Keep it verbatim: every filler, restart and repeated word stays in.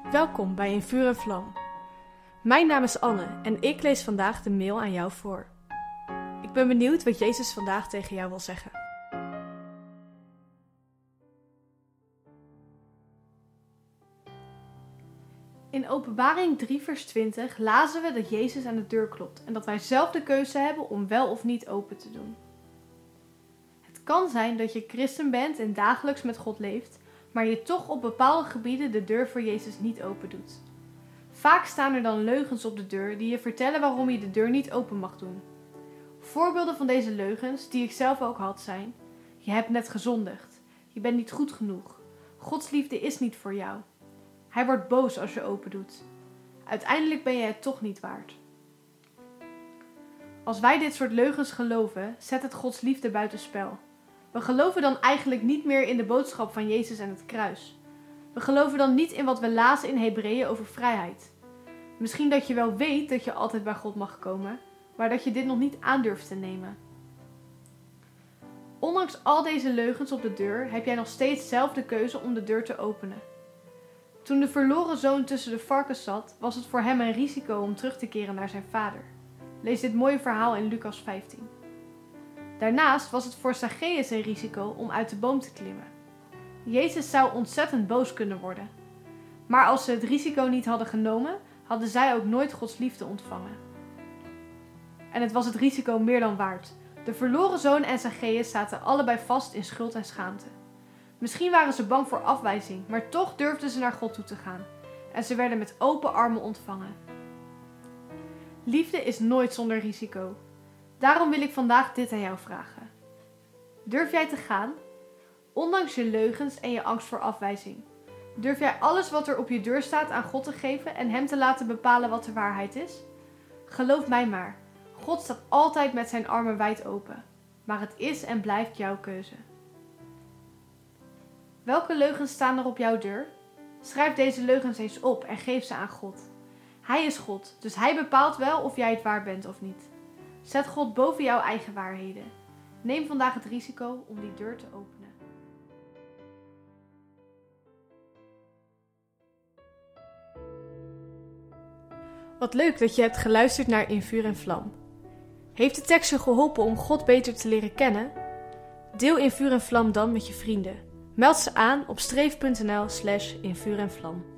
Welkom bij In Vuur en Vlam. Mijn naam is Anne en ik lees vandaag de mail aan jou voor. Ik ben benieuwd wat Jezus vandaag tegen jou wil zeggen. In Openbaring drie vers twintig lazen we dat Jezus aan de deur klopt en dat wij zelf de keuze hebben om wel of niet open te doen. Het kan zijn dat je christen bent en dagelijks met God leeft, maar je toch op bepaalde gebieden de deur voor Jezus niet open doet. Vaak staan er dan leugens op de deur die je vertellen waarom je de deur niet open mag doen. Voorbeelden van deze leugens, die ik zelf ook had, zijn: je hebt net gezondigd, je bent niet goed genoeg, Gods liefde is niet voor jou, Hij wordt boos als je open doet, uiteindelijk ben je het toch niet waard. Als wij dit soort leugens geloven, zet het Gods liefde buitenspel. We geloven dan eigenlijk niet meer in de boodschap van Jezus en het kruis. We geloven dan niet in wat we lazen in Hebreeën over vrijheid. Misschien dat je wel weet dat je altijd bij God mag komen, maar dat je dit nog niet aandurft te nemen. Ondanks al deze leugens op de deur heb jij nog steeds zelf de keuze om de deur te openen. Toen de verloren zoon tussen de varkens zat, was het voor hem een risico om terug te keren naar zijn vader. Lees dit mooie verhaal in Lucas vijftien. Daarnaast was het voor Zacchaeus een risico om uit de boom te klimmen. Jezus zou ontzettend boos kunnen worden. Maar als ze het risico niet hadden genomen, hadden zij ook nooit Gods liefde ontvangen. En het was het risico meer dan waard. De verloren zoon en Zacchaeus zaten allebei vast in schuld en schaamte. Misschien waren ze bang voor afwijzing, maar toch durfden ze naar God toe te gaan. En ze werden met open armen ontvangen. Liefde is nooit zonder risico. Daarom wil ik vandaag dit aan jou vragen. Durf jij te gaan? Ondanks je leugens en je angst voor afwijzing. Durf jij alles wat er op je deur staat aan God te geven en Hem te laten bepalen wat de waarheid is? Geloof mij maar, God staat altijd met zijn armen wijd open. Maar het is en blijft jouw keuze. Welke leugens staan er op jouw deur? Schrijf deze leugens eens op en geef ze aan God. Hij is God, dus Hij bepaalt wel of jij het waar bent of niet. Zet God boven jouw eigen waarheden. Neem vandaag het risico om die deur te openen. Wat leuk dat je hebt geluisterd naar In Vuur en Vlam. Heeft de tekst je geholpen om God beter te leren kennen? Deel In Vuur en Vlam dan met je vrienden. Meld ze aan op streef punt n l slash in vuur en vlam.